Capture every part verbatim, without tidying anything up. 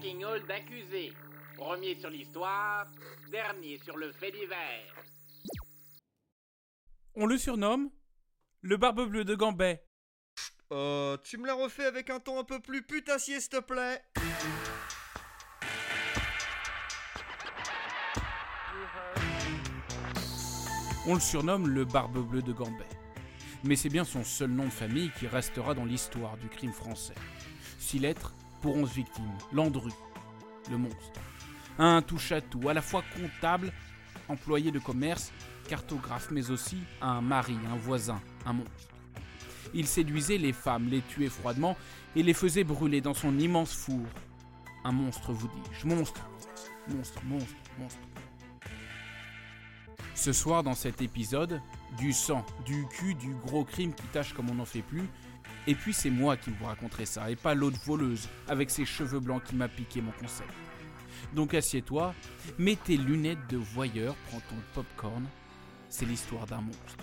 Batignolles d'accusés. Premier sur l'histoire, dernier sur le fait divers. On le surnomme le Barbe Bleue de Gambet. Euh, tu me l'as refait avec un ton un peu plus putassier, s'il te plaît. On le surnomme le Barbe Bleue de Gambet. Mais c'est bien son seul nom de famille qui restera dans l'histoire du crime français. Six lettres pour onze victimes. Landru, le monstre. Un touche-à-tout, à la fois comptable, employé de commerce, cartographe, mais aussi un mari, un voisin, un monstre. Il séduisait les femmes, les tuait froidement et les faisait brûler dans son immense four. Un monstre, vous dis-je. Monstre, monstre, monstre, monstre. Ce soir, dans cet épisode, du sang, du cul, du gros crime qui tâche comme on n'en fait plus. Et puis c'est moi qui vous raconterai ça, et pas l'autre voleuse avec ses cheveux blancs qui m'a piqué mon concept. Donc assieds-toi, mets tes lunettes de voyeur, prends ton popcorn. C'est l'histoire d'un monstre.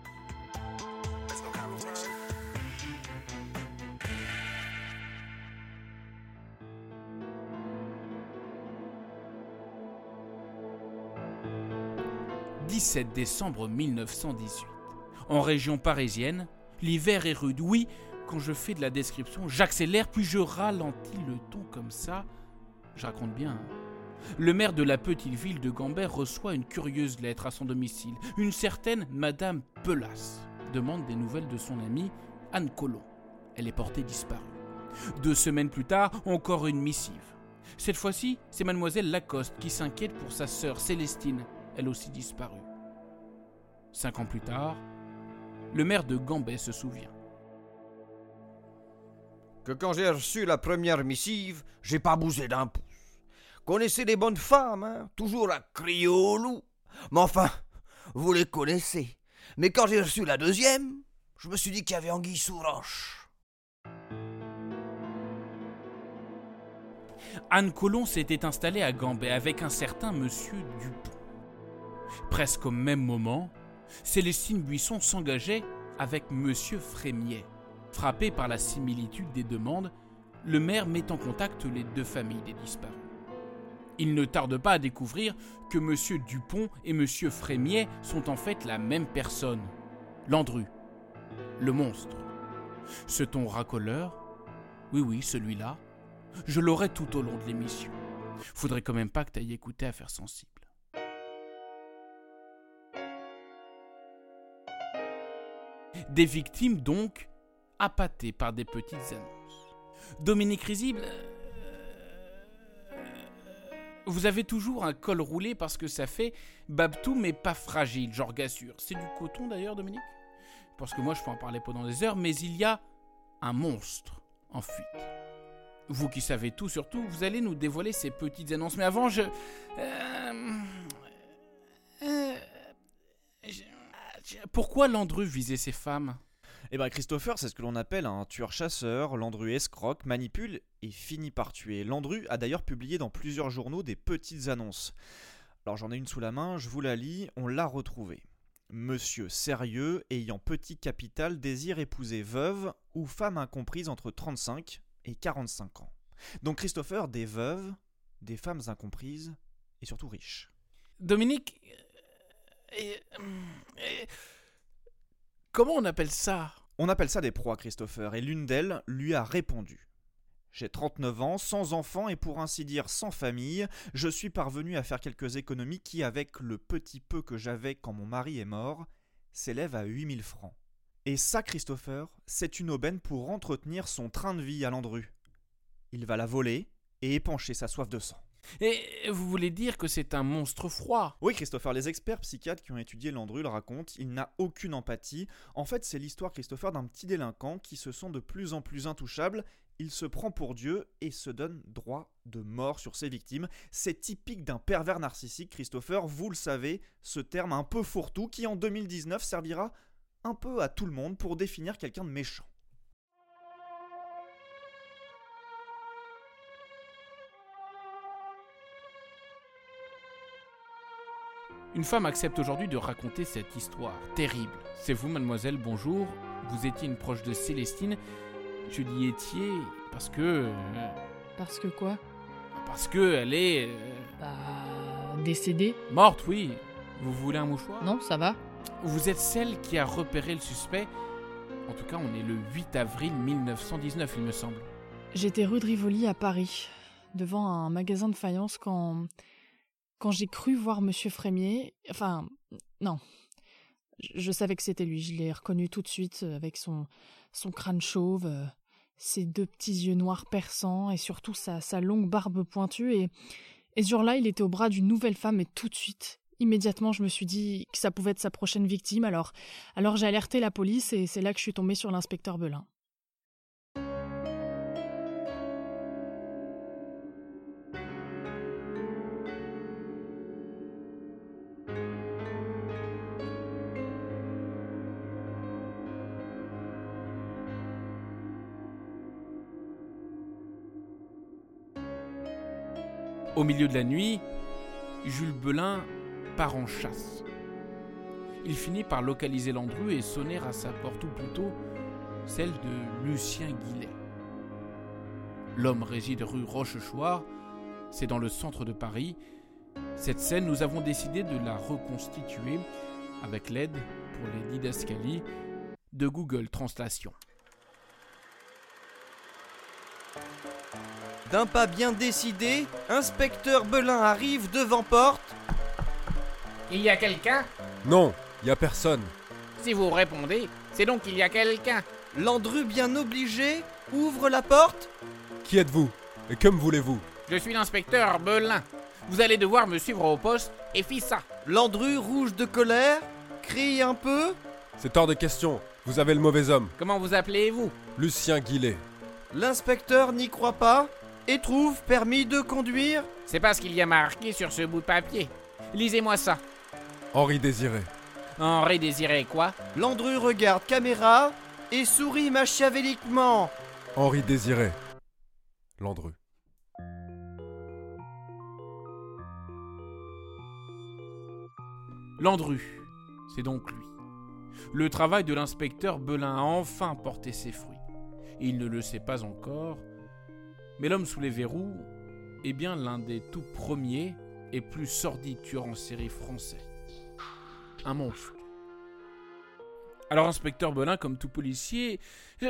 dix-sept décembre mille neuf cent dix-huit. En région parisienne, l'hiver est rude. Oui, quand je fais de la description, j'accélère puis je ralentis le ton comme ça. Je raconte bien. Hein. Le maire de la petite ville de Gambet reçoit une curieuse lettre à son domicile. Une certaine Madame Pelas demande des nouvelles de son amie Anne Collomb. Elle est portée disparue. Deux semaines plus tard, encore une missive. Cette fois-ci, c'est Mademoiselle Lacoste qui s'inquiète pour sa sœur Célestine, elle aussi disparue. Cinq ans plus tard, le maire de Gambet se souvient. Que quand j'ai reçu la première missive, j'ai pas bougé d'un pouce. Connaissez les bonnes femmes, hein, toujours à crier au loup. Mais enfin, vous les connaissez. Mais quand j'ai reçu la deuxième, je me suis dit qu'il y avait anguille sous roche. Anne Collomb s'était installée à Gambet avec un certain monsieur Dupont. Presque au même moment, Célestine Buisson s'engageait avec monsieur Frémiet. Frappé par la similitude des demandes, le maire met en contact les deux familles des disparus. Il ne tarde pas à découvrir que monsieur Dupont et monsieur Frémiet sont en fait la même personne, Landru, le monstre. Ce ton racoleur, oui oui, celui-là, je l'aurai tout au long de l'émission. Faudrait quand même pas que t'ailles écouter Affaires sensibles. Des victimes donc appâtées par des petites annonces. Dominique Risible, euh, vous avez toujours un col roulé parce que ça fait babtou mais pas fragile, genre gassure. C'est du coton d'ailleurs, Dominique ? Parce que moi je peux en parler pendant des heures, mais il y a un monstre en fuite. Vous qui savez tout, surtout, vous allez nous dévoiler ces petites annonces. Mais avant, je... Euh, euh, je pourquoi Landru visait ces femmes ? Eh bien Christopher, c'est ce que l'on appelle un tueur-chasseur. Landru escroque, manipule et finit par tuer. Landru a d'ailleurs publié dans plusieurs journaux des petites annonces. Alors j'en ai une sous la main, je vous la lis, on l'a retrouvée. Monsieur sérieux, ayant petit capital, désire épouser veuve ou femme incomprise entre trente-cinq et quarante-cinq ans. Donc Christopher, des veuves, des femmes incomprises et surtout riches. Dominique, euh, euh, comment on appelle ça ? On appelle ça des proies, Christopher, et l'une d'elles lui a répondu. J'ai trente-neuf ans, sans enfant et pour ainsi dire sans famille, je suis parvenu à faire quelques économies qui, avec le petit peu que j'avais quand mon mari est mort, s'élèvent à huit mille francs. Et ça, Christopher, c'est une aubaine pour entretenir son train de vie à Landru. Il va la voler et épancher sa soif de sang. Et vous voulez dire que c'est un monstre froid ? Oui, Christopher, les experts psychiatres qui ont étudié Landru le racontent, il n'a aucune empathie. En fait, c'est l'histoire, Christopher, d'un petit délinquant qui se sent de plus en plus intouchable. Il se prend pour Dieu et se donne droit de mort sur ses victimes. C'est typique d'un pervers narcissique, Christopher, vous le savez, ce terme un peu fourre-tout qui en deux mille dix-neuf servira un peu à tout le monde pour définir quelqu'un de méchant. Une femme accepte aujourd'hui de raconter cette histoire terrible. C'est vous, mademoiselle, bonjour. Vous étiez une proche de Célestine. Je l'y étiez parce que... Parce que quoi ? Parce que elle est... euh, Bah... décédée? morte, oui. Vous voulez un mouchoir? Non, ça va. Vous êtes celle qui a repéré le suspect. En tout cas, on est le huit avril mille neuf cent dix-neuf, il me semble. J'étais rue de Rivoli à Paris, devant un magasin de faïence quand... quand j'ai cru voir Monsieur Frémier... Enfin, non. Je, je savais que c'était lui, je l'ai reconnu tout de suite, avec son, son crâne chauve, euh, ses deux petits yeux noirs perçants, et surtout sa, sa longue barbe pointue, et, et ce jour-là, il était au bras d'une nouvelle femme, et tout de suite, immédiatement, je me suis dit que ça pouvait être sa prochaine victime, alors, alors j'ai alerté la police, et c'est là que je suis tombée sur l'inspecteur Belin. Au milieu de la nuit, Jules Belin part en chasse. Il finit par localiser Landru et sonner à sa porte, ou plutôt celle de Lucien Guillet. L'homme réside rue Rochechouart, c'est dans le centre de Paris. Cette scène, nous avons décidé de la reconstituer avec l'aide, pour les didascalies, de Google Translation. D'un pas bien décidé, inspecteur Belin arrive devant porte. Il y a quelqu'un? Non, y a personne. Si vous répondez, c'est donc qu'il y a quelqu'un. Landru bien obligé ouvre la porte. Qui êtes-vous? Et que me voulez-vous? Je suis l'inspecteur Belin. Vous allez devoir me suivre au poste et fit ça. Landru, rouge de colère, crie un peu. C'est hors de question. Vous avez le mauvais homme. Comment vous appelez-vous? Lucien Guillet. L'inspecteur n'y croit pas et trouve permis de conduire. C'est pas ce qu'il y a marqué sur ce bout de papier. Lisez-moi ça. Henri Désiré. Henri Désiré quoi? Landru regarde caméra et sourit machiavéliquement. Henri Désiré. Landru. Landru, c'est donc lui. Le travail de l'inspecteur Belin a enfin porté ses fruits. Il ne le sait pas encore, mais l'homme sous les verrous est bien l'un des tout premiers et plus sordides tueurs en série français. Un monstre. Alors, inspecteur Belin, comme tout policier, euh,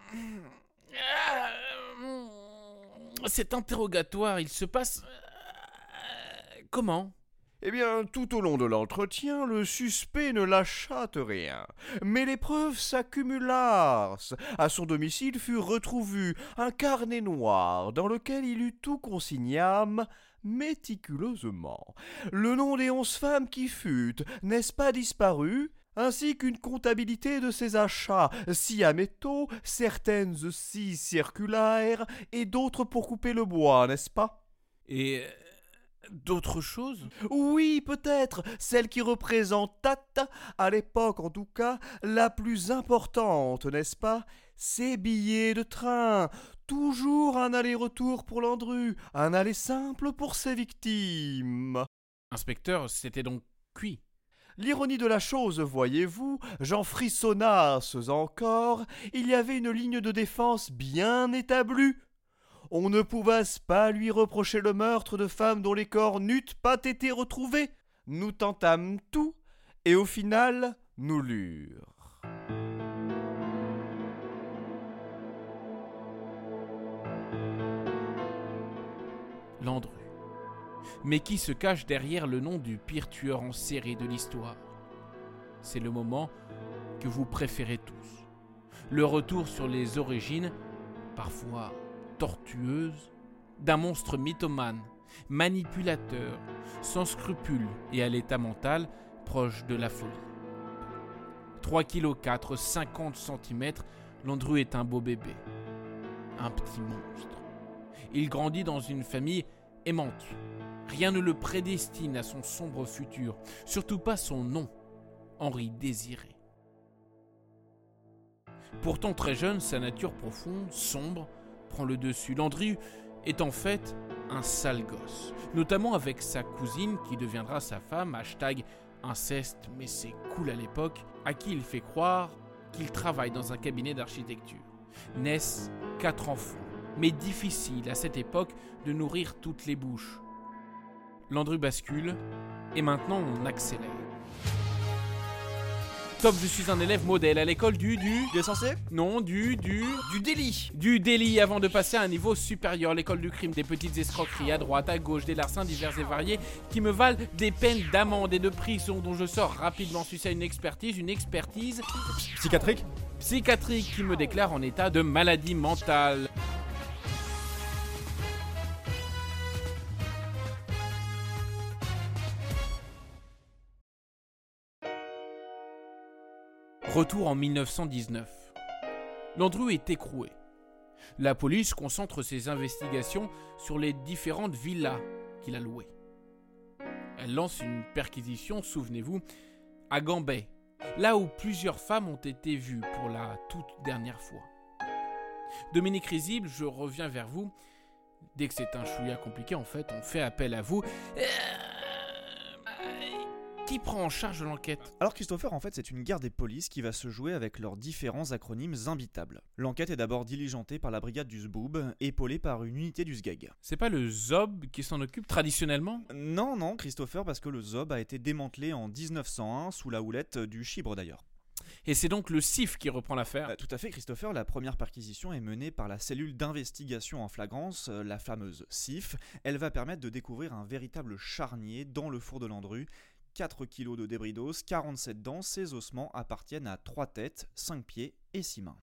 euh, cet interrogatoire, il se passe euh, comment ? Eh bien, tout au long de l'entretien, le suspect ne lâcha rien. Mais les preuves s'accumulèrent. À son domicile fut retrouvé un carnet noir dans lequel il eut tout consigname méticuleusement. Le nom des onze femmes qui fut, n'est-ce pas disparu, ainsi qu'une comptabilité de ses achats, si à métaux, certaines si circulaires, et d'autres pour couper le bois, n'est-ce pas? Et... d'autres choses? Oui, peut-être, celle qui représentait, à l'époque en tout cas, la plus importante, n'est-ce pas? Ces billets de train, toujours un aller-retour pour Landru, un aller simple pour ses victimes. Inspecteur, c'était donc cuit. L'ironie de la chose, voyez-vous, j'en frissonnasse encore, il y avait une ligne de défense bien établie. On ne pouvait pas lui reprocher le meurtre de femmes dont les corps n'eussent pas été retrouvés. Nous tentâmes tout, et au final, nous lûrent. Landru. Mais qui se cache derrière le nom du pire tueur en série de l'histoire? C'est le moment que vous préférez tous. Le retour sur les origines, parfois tortueuse, d'un monstre mythomane, manipulateur, sans scrupules et à l'état mental proche de la folie. trois virgule quatre kilos, cinquante centimètres, Landru est un beau bébé. Un petit monstre. Il grandit dans une famille aimante. Rien ne le prédestine à son sombre futur, surtout pas son nom, Henri Désiré. Pourtant très jeune, sa nature profonde, sombre, prend le dessus. Landru est en fait un sale gosse, notamment avec sa cousine qui deviendra sa femme, hashtag inceste, mais c'est cool à l'époque, à qui il fait croire qu'il travaille dans un cabinet d'architecture. Naissent quatre enfants, mais difficile à cette époque de nourrir toutes les bouches. Landru bascule, et maintenant on accélère. Top, je suis un élève modèle à l'école du... du... Il est censé ? Non, du... du... Du délit. Du délit avant de passer à un niveau supérieur, l'école du crime, des petites escroqueries à droite, à gauche, des larcins divers et variés qui me valent des peines d'amende et de prison dont je sors rapidement suite à une expertise, une expertise Psychiatrique ? psychiatrique qui me déclare en état de maladie mentale. Retour en mille neuf cent dix-neuf. Landru est écroué. La police concentre ses investigations sur les différentes villas qu'il a louées. Elle lance une perquisition, souvenez-vous, à Gambais, là où plusieurs femmes ont été vues pour la toute dernière fois. Dominique Risible, je reviens vers vous. Dès que c'est un chouïa compliqué, en fait, on fait appel à vous. Euh... Qui prend en charge l'enquête ? Alors Christopher, en fait, c'est une guerre des polices qui va se jouer avec leurs différents acronymes imbitables. L'enquête est d'abord diligentée par la brigade du Zboob, épaulée par une unité du Sgag. C'est pas le Zob qui s'en occupe traditionnellement ? Non, non, Christopher, parce que le Zob a été démantelé en dix-neuf cent un, sous la houlette du Chibre d'ailleurs. Et c'est donc le C I F qui reprend l'affaire ? Euh, tout à fait, Christopher, la première perquisition est menée par la cellule d'investigation en flagrance, euh, la fameuse C I F. Elle va permettre de découvrir un véritable charnier dans le four de Landru. quatre kilos de débris d'os, quarante-sept dents, ces ossements appartiennent à trois têtes, cinq pieds et six mains.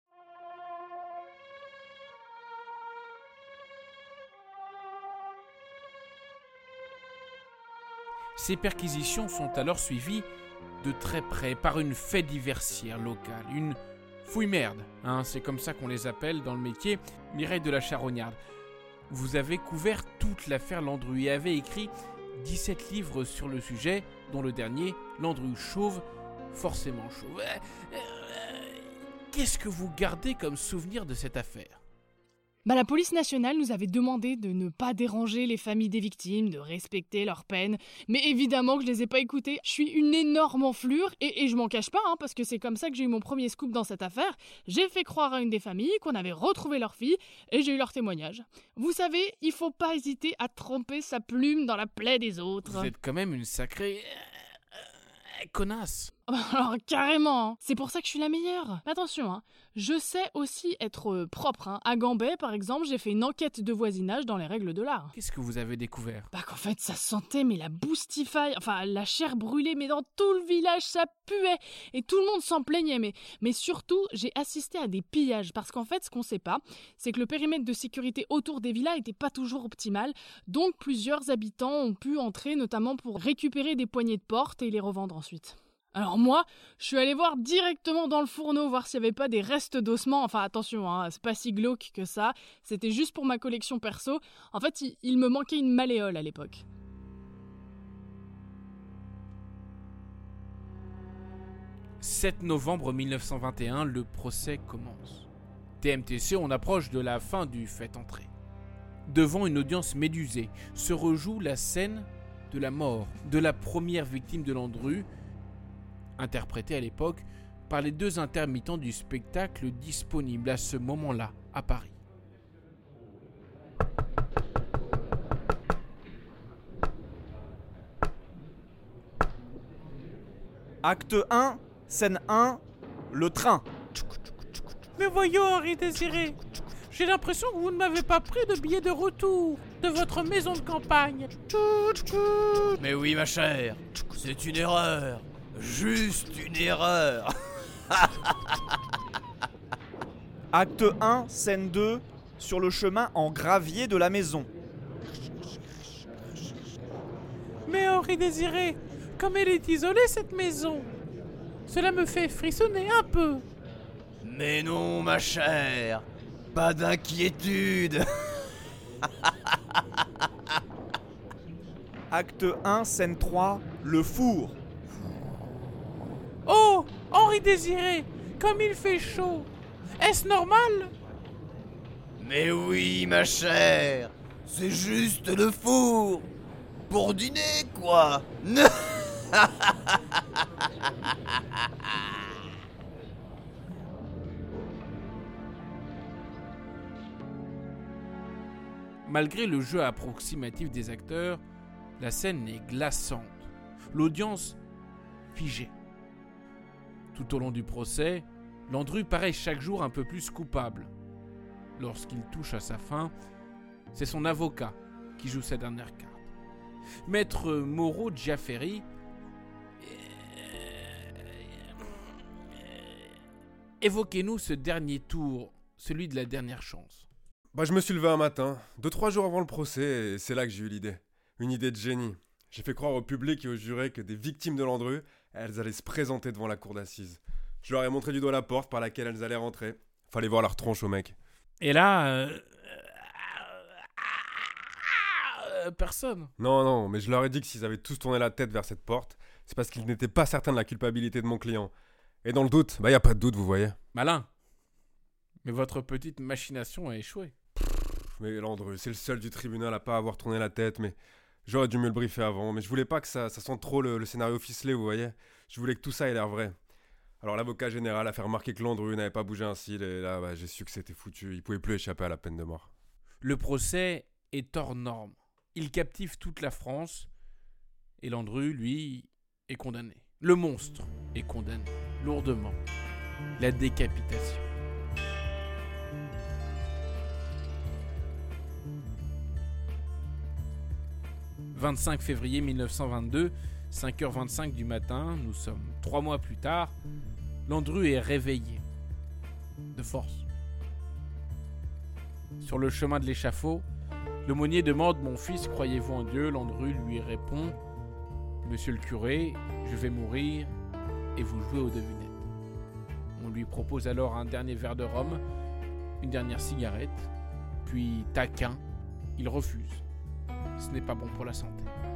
Ces perquisitions sont alors suivies de très près par une fait diversière locale, une fouille-merde, hein, c'est comme ça qu'on les appelle dans le métier, Mireille de la Charognarde. Vous avez couvert toute l'affaire Landru et avez écrit dix-sept livres sur le sujet, dont le dernier, Landru chauve, forcément chauve. Euh, euh, qu'est-ce que vous gardez comme souvenir de cette affaire ? Bah, la police nationale nous avait demandé de ne pas déranger les familles des victimes, de respecter leurs peines, mais évidemment que je les ai pas écoutées. Je suis une énorme enflure, et, et je m'en cache pas, hein, parce que c'est comme ça que j'ai eu mon premier scoop dans cette affaire. J'ai fait croire à une des familles qu'on avait retrouvé leur fille, et j'ai eu leur témoignage. Vous savez, il faut pas hésiter à tremper sa plume dans la plaie des autres. Vous êtes quand même une sacrée... euh, connasse. Alors carrément, hein. C'est pour ça que je suis la meilleure. Mais attention, hein. Je sais aussi être euh, propre. Hein. À Gambais, par exemple, j'ai fait une enquête de voisinage dans les règles de l'art. Qu'est-ce que vous avez découvert ? Bah qu'en fait, ça sentait mais la boustifaille, enfin la chair brûlée, mais dans tout le village, ça puait. Et tout le monde s'en plaignait. Mais, mais surtout, j'ai assisté à des pillages. Parce qu'en fait, ce qu'on sait pas, c'est que le périmètre de sécurité autour des villas était pas toujours optimal. Donc plusieurs habitants ont pu entrer, notamment pour récupérer des poignées de porte et les revendre ensuite. Alors moi, je suis allée voir directement dans le fourneau, voir s'il n'y avait pas des restes d'ossements. Enfin attention, hein, c'est pas si glauque que ça. C'était juste pour ma collection perso. En fait, il, il me manquait une malléole à l'époque. sept novembre mille neuf cent vingt et un, le procès commence. T M T C, on approche de la fin du fait entrer. Devant une audience médusée, se rejoue la scène de la mort de la première victime de Landru, interprété à l'époque par les deux intermittents du spectacle disponibles à ce moment-là à Paris. Acte un, scène un, le train. Mais voyons, Henri Désiré, j'ai l'impression que vous ne m'avez pas pris de billet de retour de votre maison de campagne. Mais oui, ma chère, c'est une erreur. Juste une erreur. Acte un, scène deux, sur le chemin en gravier de la maison. Mais Henri Désiré, comme elle est isolée cette maison, cela me fait frissonner un peu. Mais non, ma chère, pas d'inquiétude. Acte un, scène trois, le four. Oh, Henri Désiré, comme il fait chaud, est-ce normal ? Mais oui, ma chère, c'est juste le four. Pour dîner, quoi. Malgré le jeu approximatif des acteurs, la scène est glaçante. L'audience figée. Tout au long du procès, Landru paraît chaque jour un peu plus coupable. Lorsqu'il touche à sa fin, c'est son avocat qui joue sa dernière carte. Maître Moreau Giaferi, évoquez-nous ce dernier tour, celui de la dernière chance. Bah, je me suis levé un matin, deux trois jours avant le procès, et c'est là que j'ai eu l'idée. Une idée de génie. J'ai fait croire au public et aux jurés que des victimes de Landru, elles allaient se présenter devant la cour d'assises. Je leur ai montré du doigt la porte par laquelle elles allaient rentrer. Fallait voir leur tronche au mec. Et là, euh... Euh, personne. Non, non, mais je leur ai dit que s'ils avaient tous tourné la tête vers cette porte, c'est parce qu'ils n'étaient pas certains de la culpabilité de mon client. Et dans le doute, bah y a pas de doute, vous voyez. Malin. Mais votre petite machination a échoué. Mais Landru, c'est le seul du tribunal à pas avoir tourné la tête, mais j'aurais dû me le briefer avant. Mais je voulais pas que ça, ça sente trop le, le scénario ficelé, vous voyez. Je voulais que tout ça ait l'air vrai. Alors l'avocat général a fait remarquer que Landru n'avait pas bougé un cil, et là, bah, j'ai su que c'était foutu. Il pouvait plus échapper à la peine de mort. Le procès est hors norme. Il captive toute la France, et Landru, lui, est condamné. Le monstre est condamné, lourdement. La décapitation. vingt-cinq février mille neuf cent vingt-deux, cinq heures vingt-cinq du matin, nous sommes trois mois plus tard, Landru est réveillé. De force. Sur le chemin de l'échafaud, l'aumônier demande « Mon fils, croyez-vous en Dieu ?» Landru lui répond « Monsieur le curé, je vais mourir et vous jouez aux devinettes. » On lui propose alors un dernier verre de rhum, une dernière cigarette, puis taquin, il refuse. Ce n'est pas bon pour la santé.